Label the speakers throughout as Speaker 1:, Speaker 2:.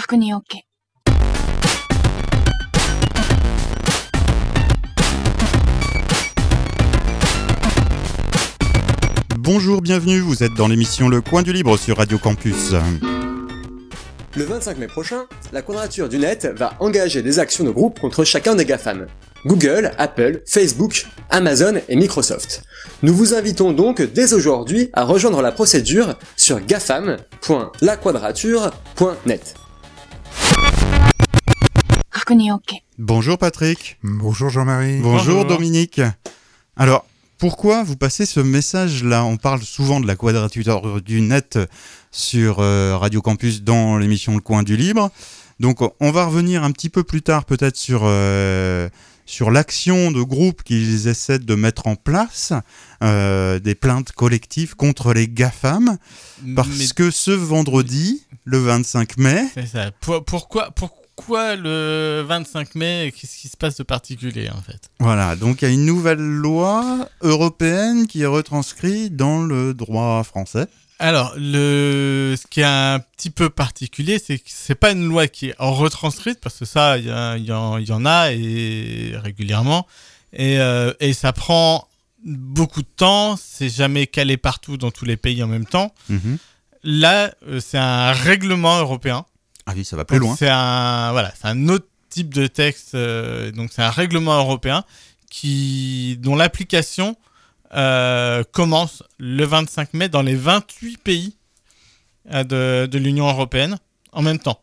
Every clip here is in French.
Speaker 1: 確認 OK。
Speaker 2: Bonjour, bienvenue, vous êtes dans l'émission Le Coin du Libre sur Radio Campus.
Speaker 3: Le 25 mai prochain, la Quadrature du Net va engager des actions de groupe contre chacun des GAFAM. Google, Apple, Facebook, Amazon et Microsoft. Nous vous invitons donc dès aujourd'hui à rejoindre la procédure sur gafam.laquadrature.net.
Speaker 1: 確認 OK。
Speaker 2: Bonjour Patrick.
Speaker 4: Bonjour Jean-Marie.
Speaker 2: Bonjour Dominique. Alors, pourquoi vous passez ce message-là ? On parle souvent de la Quadrature du Net sur Radio Campus dans l'émission Le Coin du Libre. Donc, on va revenir un petit peu plus tard peut-être sur l'action de groupe qu'ils essaient de mettre en place, des plaintes collectives contre les GAFAM, parce que ce vendredi, le 25 mai...
Speaker 5: C'est ça. Pourquoi le 25 mai, qu'est-ce qui se passe de particulier en fait ?
Speaker 2: Voilà, donc il y a une nouvelle loi européenne qui est retranscrite dans le droit français.
Speaker 5: Alors, ce qui est un petit peu particulier, c'est que c'est pas une loi qui est retranscrite, parce que ça, il y en a et régulièrement, et ça prend beaucoup de temps, c'est jamais calé partout dans tous les pays en même temps.
Speaker 2: Mm-hmm.
Speaker 5: Là, c'est un règlement européen.
Speaker 2: Ah oui, ça va plus loin.
Speaker 5: C'est un autre type de texte, donc c'est un règlement européen dont l'application commence le 25 mai dans les 28 pays de l'Union européenne en même temps.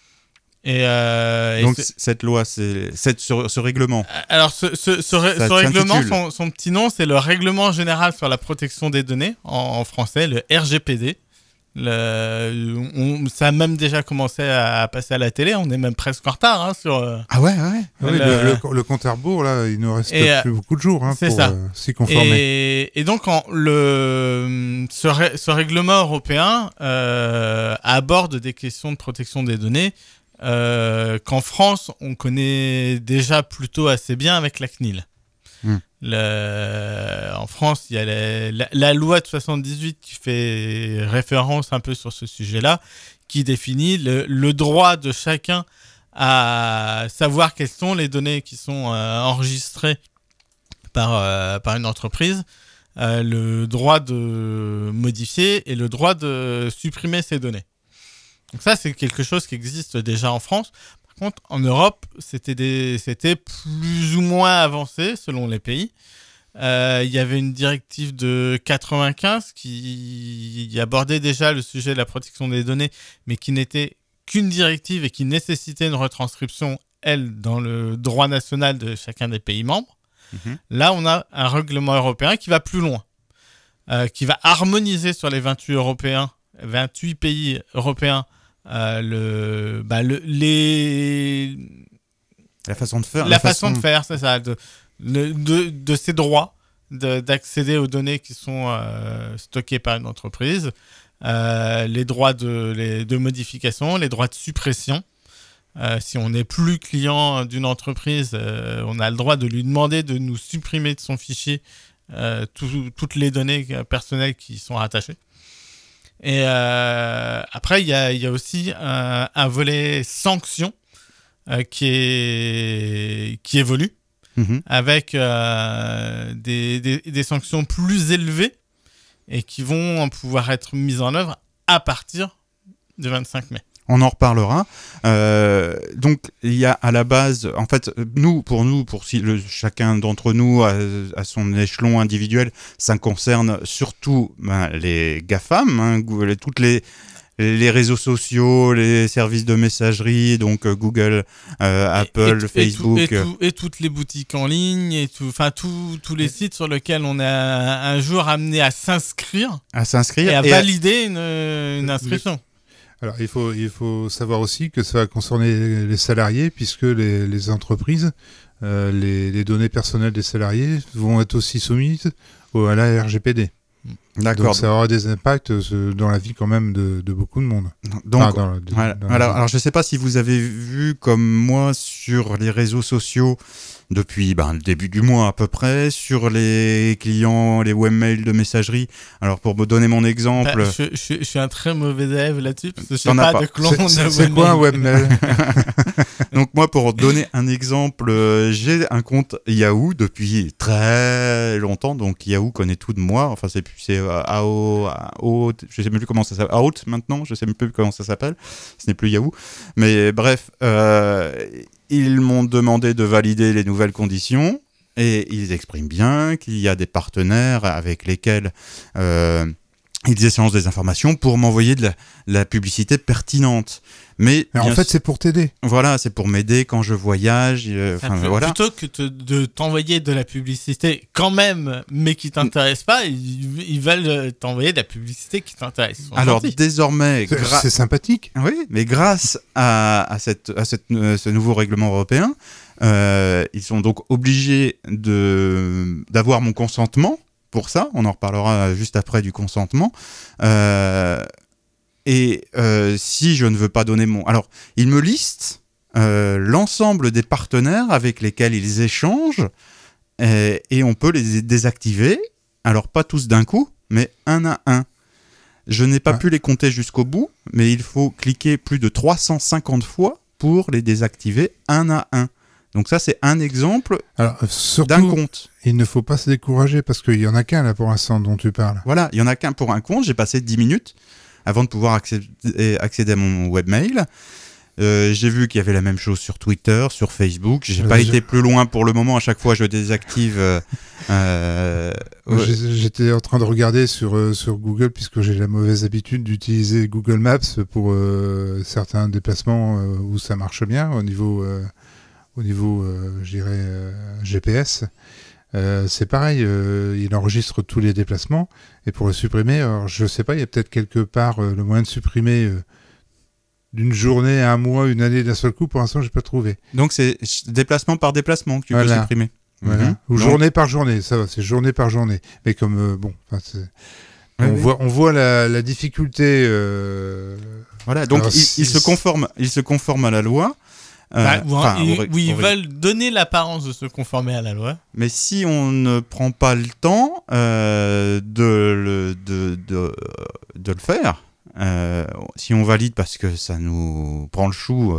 Speaker 2: Donc cette loi, ce règlement.
Speaker 5: Alors ce règlement, son petit nom, c'est le Règlement général sur la protection des données, en français, le RGPD. Ça a même déjà commencé à passer à la télé, on est même presque en retard sur...
Speaker 2: Ah ouais.
Speaker 4: Le compte à rebours, là, il ne reste plus beaucoup de jours pour s'y conformer.
Speaker 5: Et donc, ce règlement européen aborde des questions de protection des données qu'en France, on connaît déjà plutôt assez bien avec la CNIL. En France, il y a la loi de 78 qui fait référence un peu sur ce sujet-là, qui définit le droit de chacun à savoir quelles sont les données qui sont enregistrées par une entreprise, le droit de modifier et le droit de supprimer ces données. Donc ça, c'est quelque chose qui existe déjà en France. Par contre, en Europe, c'était plus ou moins avancé selon les pays. Il y avait une directive de 95 qui abordait déjà le sujet de la protection des données, mais qui n'était qu'une directive et qui nécessitait une retranscription, dans le droit national de chacun des pays membres. Mm-hmm. Là, on a un règlement européen qui va plus loin, qui va harmoniser sur les 28 pays européens la
Speaker 2: façon de faire.
Speaker 5: La façon de faire, c'est ça, de ces droits d'accéder aux données qui sont stockées par une entreprise, les droits de modification, les droits de suppression. Si on n'est plus client d'une entreprise, on a le droit de lui demander de nous supprimer de son fichier toutes les données personnelles qui sont rattachées. Et après, il y a aussi un volet sanction qui évolue, avec des sanctions plus élevées et qui vont pouvoir être mises en œuvre à partir du 25 mai.
Speaker 2: On en reparlera. Donc, il y a à la base, en fait, chacun d'entre nous à son échelon individuel, ça concerne surtout les GAFAM, toutes les réseaux sociaux, les services de messagerie, donc Google, Apple, Facebook.
Speaker 5: Et toutes les boutiques en ligne, et tous les sites sur lesquels on est un jour amené à s'inscrire. Et à valider une inscription.
Speaker 4: Alors, il faut savoir aussi que ça va concerner les salariés, puisque les entreprises, les données personnelles des salariés vont être aussi soumises à la RGPD. D'accord. Donc ça aura des impacts dans la vie quand même de beaucoup de monde.
Speaker 2: Donc, alors je ne sais pas si vous avez vu comme moi sur les réseaux sociaux depuis le début du mois à peu près, sur les clients, les webmails de messagerie. Alors pour me donner mon exemple...
Speaker 5: Je suis un très mauvais élève là-dessus, parce que je
Speaker 2: T'en
Speaker 5: sais
Speaker 2: as
Speaker 5: pas
Speaker 2: pas.
Speaker 5: de clone.
Speaker 4: C'est quoi un webmail?
Speaker 2: Donc moi, pour donner un exemple, j'ai un compte Yahoo depuis très longtemps. Donc Yahoo connaît tout de moi. Enfin, c'est AO, je sais même plus comment ça s'appelle. Out maintenant, je sais même plus comment ça s'appelle. Ce n'est plus Yahoo. Mais bref, ils m'ont demandé de valider les nouvelles conditions et ils expriment bien qu'il y a des partenaires avec lesquels ils échangent des informations pour m'envoyer de la publicité pertinente. Mais
Speaker 4: en fait, c'est pour t'aider.
Speaker 2: Voilà, c'est pour m'aider quand je voyage. Voilà.
Speaker 5: Plutôt que de t'envoyer de la publicité quand même, mais qui t'intéresse pas, ils veulent t'envoyer de la publicité qui t'intéresse.
Speaker 2: Alors désormais,
Speaker 4: c'est sympathique.
Speaker 2: Oui, mais grâce à ce nouveau règlement européen, ils sont donc obligés d'avoir mon consentement pour ça. On en reparlera juste après du consentement. Et si je ne veux pas donner mon... Alors, ils me listent l'ensemble des partenaires avec lesquels ils échangent et on peut les désactiver. Alors, pas tous d'un coup, mais un à un. Je n'ai pas pu les compter jusqu'au bout, mais il faut cliquer plus de 350 fois pour les désactiver un à un. Donc ça, c'est un exemple d'un compte.
Speaker 4: Il ne faut pas se décourager parce qu'il n'y en a qu'un là pour l'instant dont tu parles.
Speaker 2: Voilà, il n'y en a qu'un pour un compte. J'ai passé 10 minutes avant de pouvoir accéder à mon webmail. J'ai vu qu'il y avait la même chose sur Twitter, sur Facebook. J'ai pas été plus loin pour le moment. À chaque fois, je désactive.
Speaker 4: J'étais en train de regarder sur Google puisque j'ai la mauvaise habitude d'utiliser Google Maps pour certains déplacements où ça marche bien au niveau je dirais, GPS. C'est pareil, il enregistre tous les déplacements et pour le supprimer, alors je sais pas, il y a peut-être quelque part le moyen de supprimer d'une journée à un mois, une année d'un seul coup. Pour l'instant, j'ai pas trouvé.
Speaker 2: Donc c'est déplacement par déplacement que tu peux supprimer.
Speaker 4: Voilà. Ou journée par journée, ça va, c'est journée par journée. Mais comme on voit la difficulté.
Speaker 2: Voilà, donc il se conforme à la loi.
Speaker 5: Ils veulent donner l'apparence de se conformer à la loi.
Speaker 2: Mais si on ne prend pas le temps de le faire, si on valide parce que ça nous prend le chou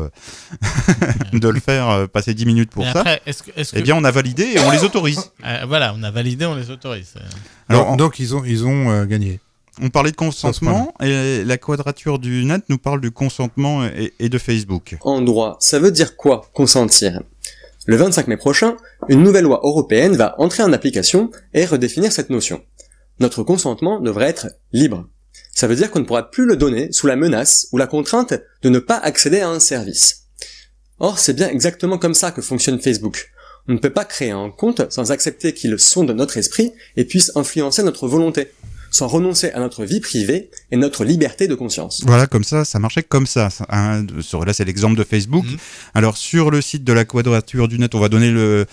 Speaker 2: de le faire, passer 10 minutes pour après, ça, eh bien on a validé et on les autorise.
Speaker 5: Voilà, on a validé, on les autorise.
Speaker 4: Alors, donc ils ont gagné.
Speaker 2: On parlait de consentement et la quadrature du net nous parle du consentement et de Facebook.
Speaker 3: En droit, ça veut dire quoi, consentir ? Le 25 mai prochain, une nouvelle loi européenne va entrer en application et redéfinir cette notion. Notre consentement devrait être libre. Ça veut dire qu'on ne pourra plus le donner sous la menace ou la contrainte de ne pas accéder à un service. Or, c'est bien exactement comme ça que fonctionne Facebook. On ne peut pas créer un compte sans accepter qu'il sonde notre esprit et puisse influencer notre volonté, sans renoncer à notre vie privée et notre liberté de conscience.
Speaker 2: Voilà, comme ça marchait comme ça. Hein, là, c'est l'exemple de Facebook. Alors, sur le site de la Quadrature du Net, on va donner le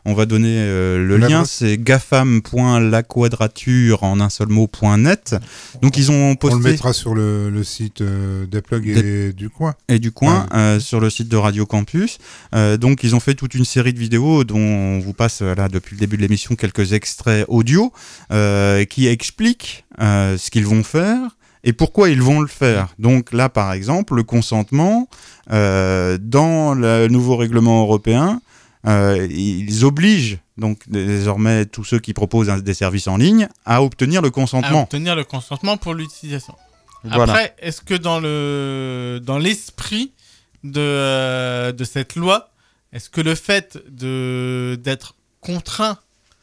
Speaker 2: lien, c'est gafam.laquadrature en un seul mot.net. Donc, ils ont posté...
Speaker 4: On le mettra sur le site des plugs et du coin.
Speaker 2: Et du coin, sur le site de Radio Campus. Donc, ils ont fait toute une série de vidéos dont on vous passe, là, depuis le début de l'émission, quelques extraits audio qui expliquent ce qu'ils vont faire et pourquoi ils vont le faire. Donc là, par exemple, le consentement, dans le nouveau règlement européen, ils obligent donc désormais tous ceux qui proposent des services en ligne à obtenir le consentement.
Speaker 5: À obtenir le consentement pour l'utilisation.
Speaker 2: Voilà.
Speaker 5: Après, est-ce que dans l'esprit de cette loi, est-ce que le fait d'être contraint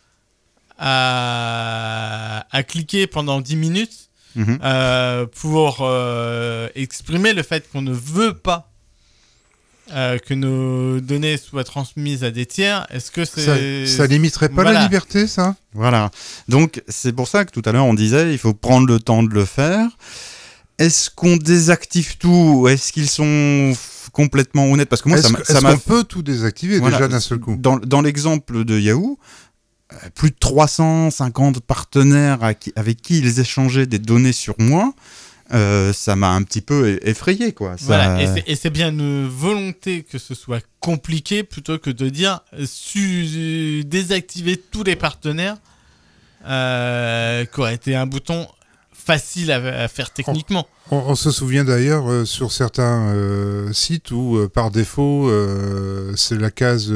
Speaker 5: à cliquer pendant 10 minutes pour exprimer le fait qu'on ne veut pas que nos données soient transmises à des tiers, est-ce que
Speaker 4: ça limiterait pas la liberté, ça ?
Speaker 2: Voilà. Donc, c'est pour ça que tout à l'heure, on disait il faut prendre le temps de le faire. Est-ce qu'on désactive tout ? Est-ce qu'ils sont complètement honnêtes ? Parce que moi,
Speaker 4: est-ce qu'on peut tout désactiver déjà d'un seul coup ?
Speaker 2: Dans l'exemple de Yahoo, plus de 350 partenaires avec qui ils échangeaient des données sur moi. ça m'a un petit peu effrayé, quoi. Ça...
Speaker 5: Voilà, et c'est bien une volonté que ce soit compliqué plutôt que de dire désactiver tous les partenaires, qui aurait été un bouton facile à faire techniquement.
Speaker 4: On se souvient d'ailleurs sur certains sites où par défaut c'est la case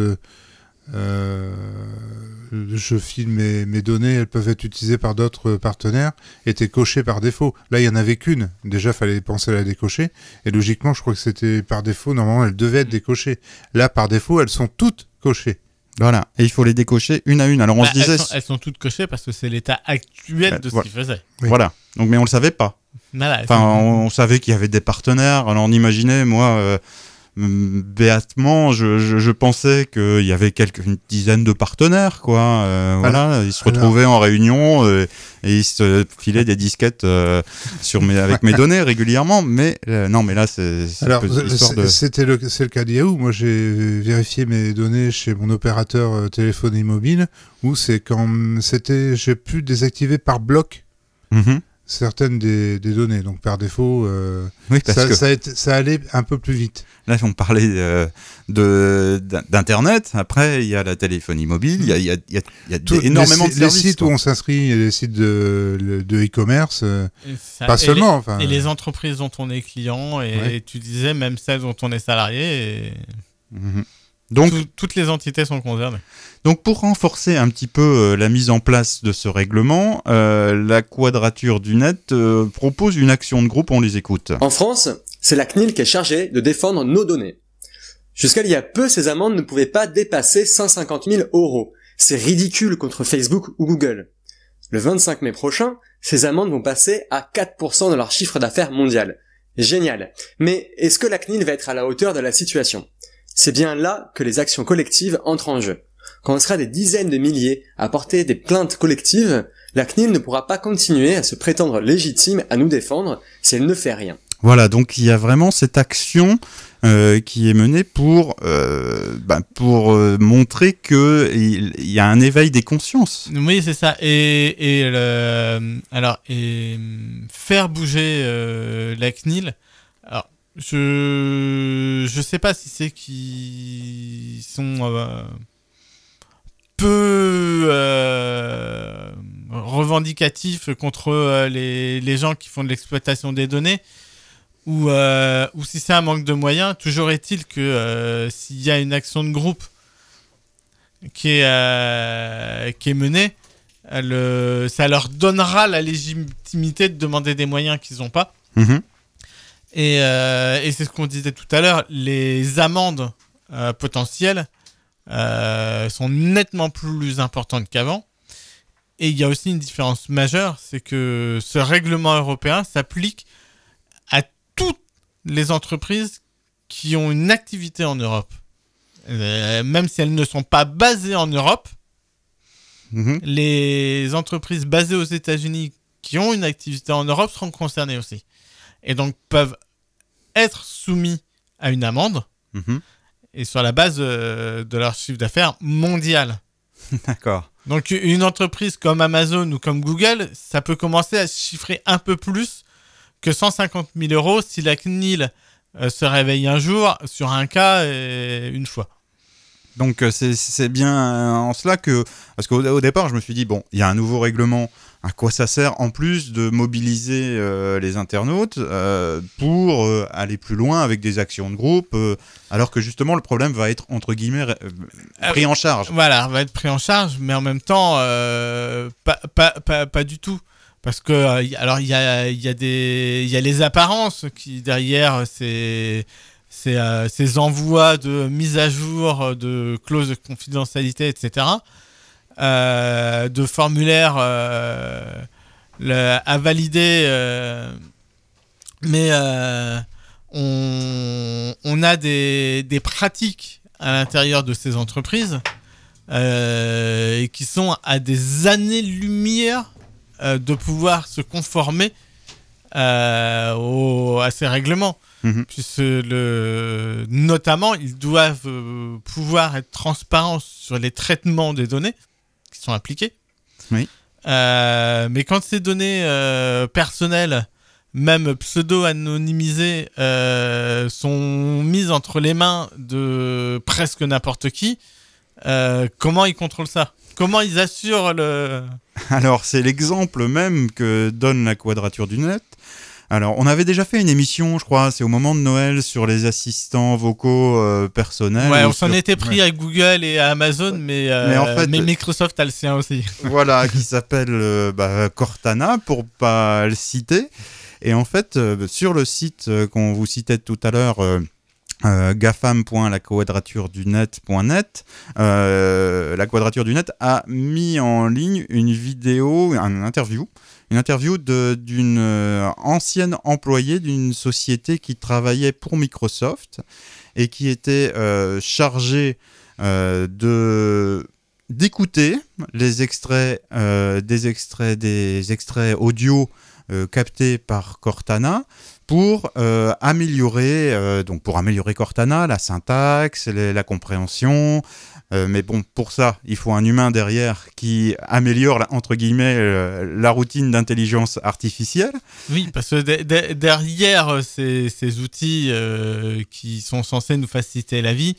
Speaker 4: je file mes données, elles peuvent être utilisées par d'autres partenaires, était cochée par défaut. Là, il n'y en avait qu'une. Déjà, il fallait penser à la décocher. Et logiquement, je crois que c'était par défaut. Normalement, elles devaient être décochées. Là, par défaut, elles sont toutes cochées.
Speaker 2: Voilà. Et il faut les décocher une à une. Alors, on se disait...
Speaker 5: Elles sont toutes cochées parce que c'est l'état actuel de ce qu'ils faisaient.
Speaker 4: Oui.
Speaker 2: Voilà. Donc, mais on le savait pas.
Speaker 5: Voilà,
Speaker 2: Enfin, on savait qu'il y avait des partenaires. Alors, on imaginait, moi... béatement, je pensais qu'il y avait une dizaine de partenaires, quoi. Voilà, ils se retrouvaient en réunion et ils se filaient des disquettes avec mes données régulièrement. Mais non, mais là, c'est
Speaker 4: c'est le cas d'Yahoo. Moi, j'ai vérifié mes données chez mon opérateur téléphonie mobile où j'ai pu désactiver par bloc. Certaines des données, donc par défaut,
Speaker 2: oui,
Speaker 4: ça allait un peu plus vite.
Speaker 2: Là, on parlait d'Internet. Après, il y a la téléphonie mobile. Il y a énormément de services.
Speaker 4: Les sites où on s'inscrit, les sites de e-commerce, pas seulement.
Speaker 5: Et les entreprises dont on est client, et tu disais même celles dont on est salarié. Donc, toutes les entités sont concernées.
Speaker 2: Donc, pour renforcer un petit peu la mise en place de ce règlement, la Quadrature du Net propose une action de groupe, on les écoute.
Speaker 3: En France, c'est la CNIL qui est chargée de défendre nos données. Jusqu'à il y a peu, ces amendes ne pouvaient pas dépasser 150 000 €. C'est ridicule contre Facebook ou Google. Le 25 mai prochain, ces amendes vont passer à 4% de leur chiffre d'affaires mondial. Génial. Mais est-ce que la CNIL va être à la hauteur de la situation ? C'est bien là que les actions collectives entrent en jeu. Quand on sera des dizaines de milliers à porter des plaintes collectives, la CNIL ne pourra pas continuer à se prétendre légitime à nous défendre si elle ne fait rien.
Speaker 2: Voilà, donc il y a vraiment cette action qui est menée pour montrer qu'il y a un éveil des consciences.
Speaker 5: Oui, c'est ça. Et faire bouger la CNIL... Alors, je sais pas si c'est qu'ils sont peu revendicatifs contre les gens qui font de l'exploitation des données ou si c'est un manque de moyens. Toujours est-il que s'il y a une action de groupe qui est menée, ça leur donnera la légitimité de demander des moyens qu'ils n'ont pas. Et c'est ce qu'on disait tout à l'heure, les amendes potentielles sont nettement plus importantes qu'avant. Et il y a aussi une différence majeure, c'est que ce règlement européen s'applique à toutes les entreprises qui ont une activité en Europe. Même si elles ne sont pas basées en Europe, les entreprises basées aux États-Unis qui ont une activité en Europe seront concernées aussi. Et donc peuvent être soumis à une amende et sur la base de leur chiffre d'affaires mondial.
Speaker 2: D'accord.
Speaker 5: Donc une entreprise comme Amazon ou comme Google, ça peut commencer à se chiffrer un peu plus que 150 000 € si la CNIL se réveille un jour sur un cas une fois.
Speaker 2: Donc c'est bien en cela que... Parce qu'au départ, je me suis dit, bon, il y a un nouveau règlement, à quoi ça sert en plus de mobiliser les internautes pour aller plus loin avec des actions de groupe, alors que justement le problème va être, entre guillemets, pris en charge.
Speaker 5: Voilà, va être pris en charge, mais en même temps, pas du tout. Parce que, alors, il y a les apparences qui, derrière, ces envois de mise à jour de clauses de confidentialité, etc., de formulaires à valider, mais on a des pratiques à l'intérieur de ces entreprises qui sont à des années-lumière de pouvoir se conformer à ces règlements. Puisque notamment, ils doivent pouvoir être transparents sur les traitements des données qui sont appliqués.
Speaker 2: Oui.
Speaker 5: Mais quand ces données personnelles même pseudo-anonymisées, sont mises entre les mains de presque n'importe qui. Comment ils contrôlent ça ? Comment ils assurent le...
Speaker 2: Alors, c'est l'exemple même que donne la Quadrature du Net. Alors, on avait déjà fait une émission, je crois, c'est au moment de Noël, sur les assistants vocaux personnels.
Speaker 5: Ouais, on s'en était pris à Google et à Amazon, mais
Speaker 2: en fait,
Speaker 5: Microsoft a le sien aussi.
Speaker 2: Voilà, qui s'appelle Cortana, pour pas le citer. Et en fait, sur le site qu'on vous citait tout à l'heure... gafam.laquadraturedunet.net, la Quadrature du Net a mis en ligne une vidéo, une interview d'une ancienne employée d'une société qui travaillait pour Microsoft et qui était chargée d'écouter les extraits des extraits audio captés par Cortana pour améliorer Cortana, la syntaxe, la compréhension. Mais bon, pour ça, il faut un humain derrière qui améliore, entre guillemets, la routine d'intelligence artificielle.
Speaker 5: Oui, parce que derrière ces outils qui sont censés nous faciliter la vie,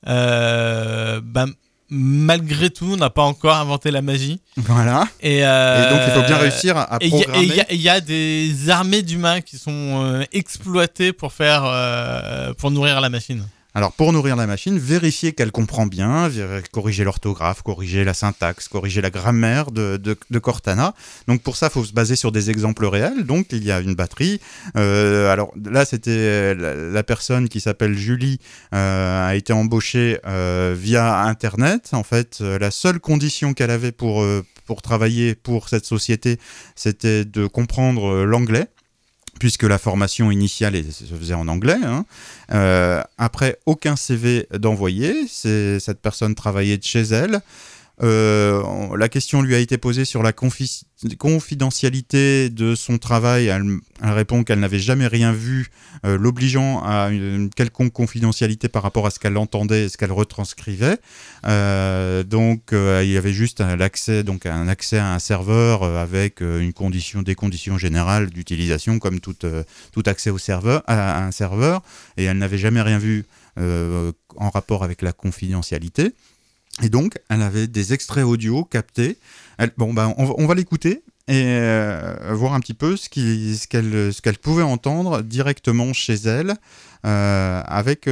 Speaker 5: malgré tout, on n'a pas encore inventé la magie.
Speaker 2: Voilà. Et donc, il faut bien réussir à programmer.
Speaker 5: Il y a des armées d'humains qui sont exploités pour nourrir la machine.
Speaker 2: Alors, pour nourrir la machine, vérifier qu'elle comprend bien, corriger l'orthographe, corriger la syntaxe, corriger la grammaire de Cortana. Donc, pour ça, il faut se baser sur des exemples réels. Donc, il y a une batterie. Alors, là, c'était la personne qui s'appelle Julie, a été embauchée via Internet. En fait, la seule condition qu'elle avait pour travailler pour cette société, c'était de comprendre l'anglais, puisque la formation initiale se faisait en anglais. Après, aucun CV d'envoyé. Cette personne travaillait de chez elle. La question lui a été posée sur la confidentialité de son travail. Elle répond qu'elle n'avait jamais rien vu l'obligeant à une quelconque confidentialité par rapport à ce qu'elle entendait et ce qu'elle retranscrivait. Donc, il y avait juste un accès à un serveur avec des conditions générales d'utilisation comme tout accès à un serveur. Et elle n'avait jamais rien vu en rapport avec la confidentialité. Et donc, elle avait des extraits audio captés. On va l'écouter et voir un petit peu ce qu'elle pouvait entendre directement chez elle dans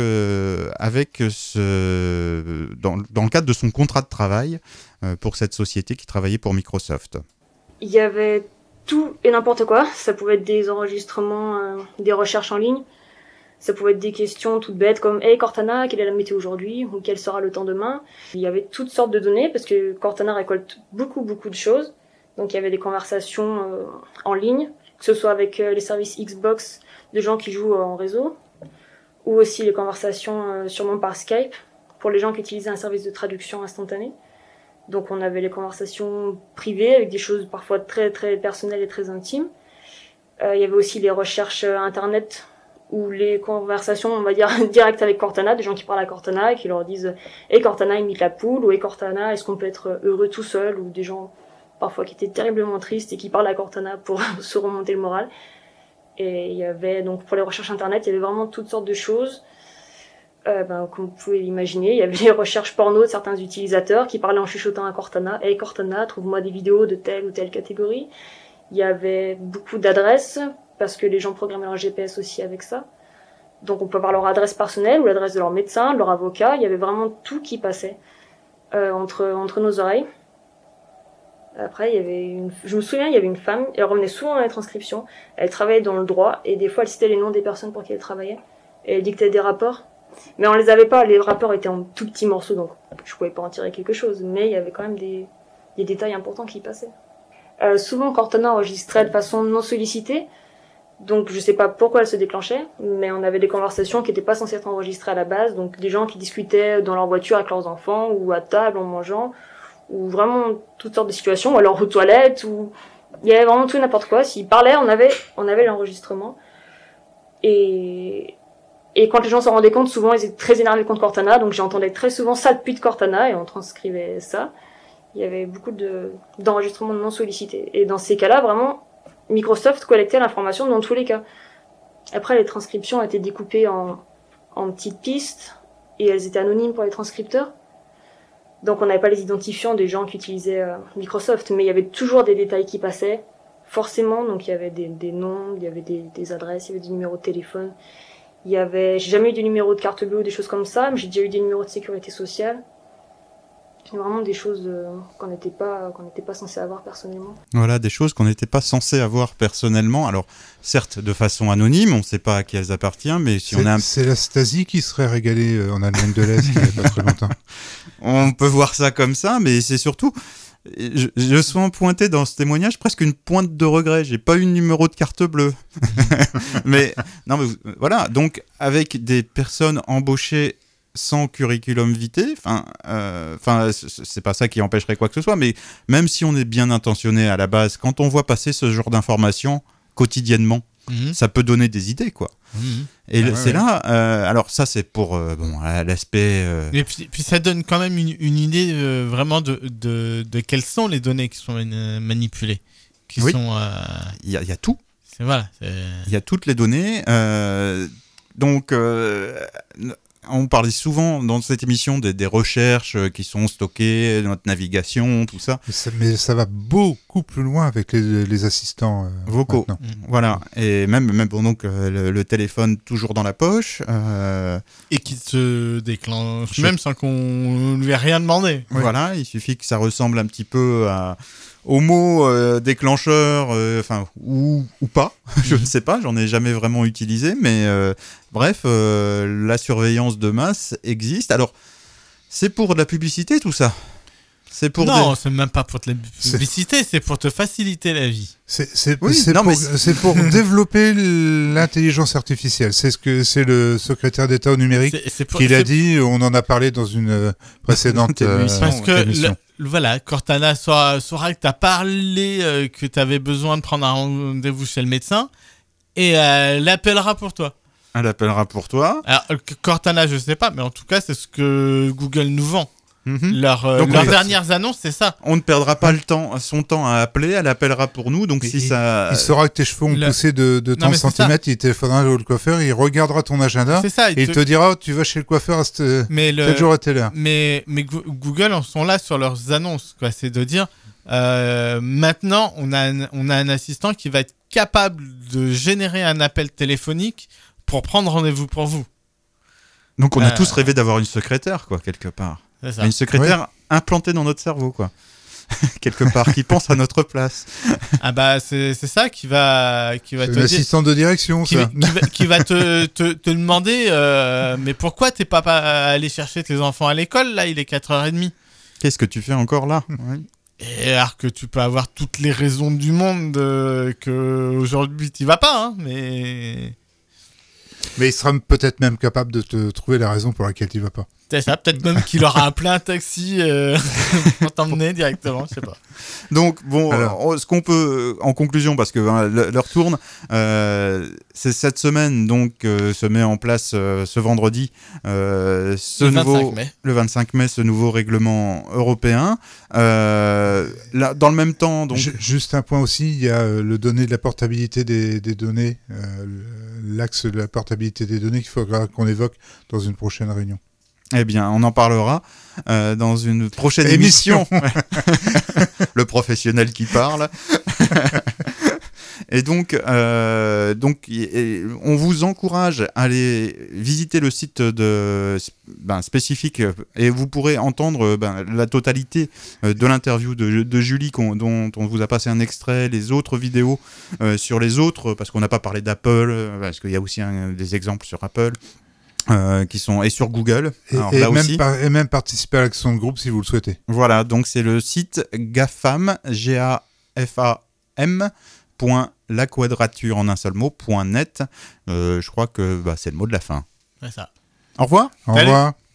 Speaker 2: le cadre de son contrat de travail pour cette société qui travaillait pour Microsoft.
Speaker 1: Il y avait tout et n'importe quoi. Ça pouvait être des enregistrements, des recherches en ligne. Ça pouvait être des questions toutes bêtes comme « Hey Cortana, quelle est la météo aujourd'hui ?» ou « Quel sera le temps demain ?» Il y avait toutes sortes de données parce que Cortana récolte beaucoup de choses. Donc il y avait des conversations en ligne, que ce soit avec les services Xbox de gens qui jouent en réseau, ou aussi les conversations sûrement par Skype pour les gens qui utilisaient un service de traduction instantanée. Donc on avait les conversations privées avec des choses parfois très très personnelles et très intimes. Il y avait aussi les recherches internet ou les conversations, on va dire, directes avec Cortana, des gens qui parlent à Cortana et qui leur disent « Hey Cortana, imite la poule » ou « Hey Cortana, est-ce qu'on peut être heureux tout seul ?» ou des gens parfois qui étaient terriblement tristes et qui parlent à Cortana pour se remonter le moral. Et il y avait, donc pour les recherches internet, il y avait vraiment toutes sortes de choses. Comme vous pouvez l'imaginer, il y avait les recherches porno de certains utilisateurs qui parlaient en chuchotant à Cortana « Hey Cortana, trouve-moi des vidéos de telle ou telle catégorie ». Il y avait beaucoup d'adresses, parce que les gens programmaient leur GPS aussi avec ça. Donc on peut avoir leur adresse personnelle ou l'adresse de leur médecin, de leur avocat. Il y avait vraiment tout qui passait entre nos oreilles. Après, je me souviens, il y avait une femme, elle revenait souvent dans les transcriptions. Elle travaillait dans le droit et des fois elle citait les noms des personnes pour qui elle travaillait. Et elle dictait des rapports. Mais on les avait pas, les rapports étaient en tout petits morceaux, donc je pouvais pas en tirer quelque chose. Mais il y avait quand même des détails importants qui passaient. Souvent, Cortana enregistrait de façon non sollicitée. Donc je sais pas pourquoi elle se déclenchait, mais on avait des conversations qui étaient pas censées être enregistrées à la base, donc des gens qui discutaient dans leur voiture avec leurs enfants, ou à table en mangeant, ou vraiment toutes sortes de situations, ou alors aux toilettes, ou il y avait vraiment tout et n'importe quoi. S'ils parlaient, on avait l'enregistrement. Et quand les gens s'en rendaient compte, souvent ils étaient très énervés contre Cortana, donc j'entendais très souvent sale pute Cortana, et on transcrivait ça. Il y avait beaucoup d'enregistrements non sollicités. Et dans ces cas-là, vraiment, Microsoft collectait l'information dans tous les cas. Après, les transcriptions étaient découpées en petites pistes et elles étaient anonymes pour les transcripteurs. Donc on n'avait pas les identifiants des gens qui utilisaient Microsoft, mais il y avait toujours des détails qui passaient, forcément. Donc il y avait des noms, il y avait des adresses, il y avait des numéros de téléphone. J'ai jamais eu de numéro de carte bleue ou des choses comme ça, mais j'ai déjà eu des numéros de sécurité sociale. C'est vraiment des choses qu'on n'était pas censé avoir personnellement.
Speaker 2: Voilà, des choses qu'on n'était pas censé avoir personnellement. Alors, certes, de façon anonyme, on ne sait pas à qui elles appartiennent, mais si on a
Speaker 4: C'est la Stasi qui serait régalée en Allemagne de l'Est il n'y a pas très longtemps.
Speaker 2: On peut voir ça comme ça, mais c'est surtout... Je sens pointer dans ce témoignage presque une pointe de regret. J'ai pas eu de numéro de carte bleue. mais voilà. Donc, avec des personnes embauchées sans curriculum vitae, c'est pas ça qui empêcherait quoi que ce soit, mais même si on est bien intentionné à la base, quand on voit passer ce genre d'informations quotidiennement, ça peut donner des idées, quoi. Et là, alors ça c'est pour l'aspect...
Speaker 5: Et puis ça donne quand même une idée vraiment de quelles sont les données qui sont manipulées.
Speaker 2: Il y a tout. Il y a toutes les données. On parlait souvent dans cette émission des recherches qui sont stockées, notre navigation, tout ça.
Speaker 4: Mais ça va beaucoup plus loin avec les assistants
Speaker 2: vocaux. Voilà. Et même donc le téléphone toujours dans la poche.
Speaker 5: Et qui se déclenche même sans qu'on lui ait rien demandé.
Speaker 2: Oui. Voilà, il suffit que ça ressemble un petit peu au mot déclencheur, ou pas, je ne sais pas, j'en ai jamais vraiment utilisé, mais bref, la surveillance de masse existe. Alors, c'est pour de la publicité tout ça? C'est
Speaker 5: même pas pour de la publicité, c'est pour te faciliter la vie.
Speaker 4: C'est pour développer l'intelligence artificielle. C'est le secrétaire d'État au numérique qui l'a dit. On en a parlé dans une précédente émission.
Speaker 5: Parce que Cortana saura que tu as parlé, que tu avais besoin de prendre un rendez-vous chez le médecin, et elle appellera pour toi.
Speaker 2: Elle appellera pour toi.
Speaker 5: Alors, Cortana, je sais pas, mais en tout cas, c'est ce que Google nous vend. Leurs dernières annonces, c'est ça.
Speaker 2: On ne perdra pas son temps à appeler, elle appellera pour nous. Donc
Speaker 4: il saura que tes cheveux ont poussé de 30 cm, il téléphonera au coiffeur, il regardera ton agenda, et il te dira tu vas chez le coiffeur tel jour à telle heure.
Speaker 5: Mais Google en sont là sur leurs annonces, quoi. C'est de dire maintenant on a un assistant qui va être capable de générer un appel téléphonique pour prendre rendez-vous pour vous.
Speaker 2: Donc on a tous rêvé d'avoir une secrétaire, quoi, quelque part. Une secrétaire implantée dans notre cerveau, quoi. Quelque part, qui pense à notre place.
Speaker 5: Ah bah c'est ça qui va te dire.
Speaker 4: L'assistant de direction, ça.
Speaker 5: Qui va te demander mais pourquoi t'es pas allé chercher tes enfants à l'école, là, il est 4h30.
Speaker 2: Qu'est-ce que tu fais encore là?
Speaker 5: Et alors que tu peux avoir toutes les raisons du monde que aujourd'hui t'y vas pas, hein, mais
Speaker 4: il sera peut-être même capable de te trouver la raison pour laquelle tu vas pas.
Speaker 5: C'est ça, peut-être même qu'il aura appelé un taxi pour t'emmener directement, je sais pas.
Speaker 2: Donc, ce qu'on peut, en conclusion, parce que l'heure tourne, c'est cette semaine, donc, se met en place ce vendredi, le 25 mai, ce nouveau règlement européen. Là, dans le même temps... Donc...
Speaker 4: Juste un point aussi, il y a le donné de la portabilité des données, l'axe de la portabilité des données qu'il faudra qu'on évoque dans une prochaine réunion.
Speaker 2: Eh bien, on en parlera dans une prochaine émission. Le professionnel qui parle. Et donc, on vous encourage à aller visiter le site spécifique et vous pourrez entendre la totalité de l'interview de Julie dont on vous a passé un extrait, les autres vidéos sur les autres, parce qu'on n'a pas parlé d'Apple, parce qu'il y a aussi des exemples sur Apple. Qui sont et sur Google.
Speaker 4: Et même participer à l'action de groupe si vous le souhaitez.
Speaker 2: Voilà, donc c'est le site GAFAM, GAFAM, .laquadrature en un seul mot, .net. Je crois que c'est le mot de la fin.
Speaker 5: C'est ça.
Speaker 2: Au revoir.
Speaker 4: Au revoir.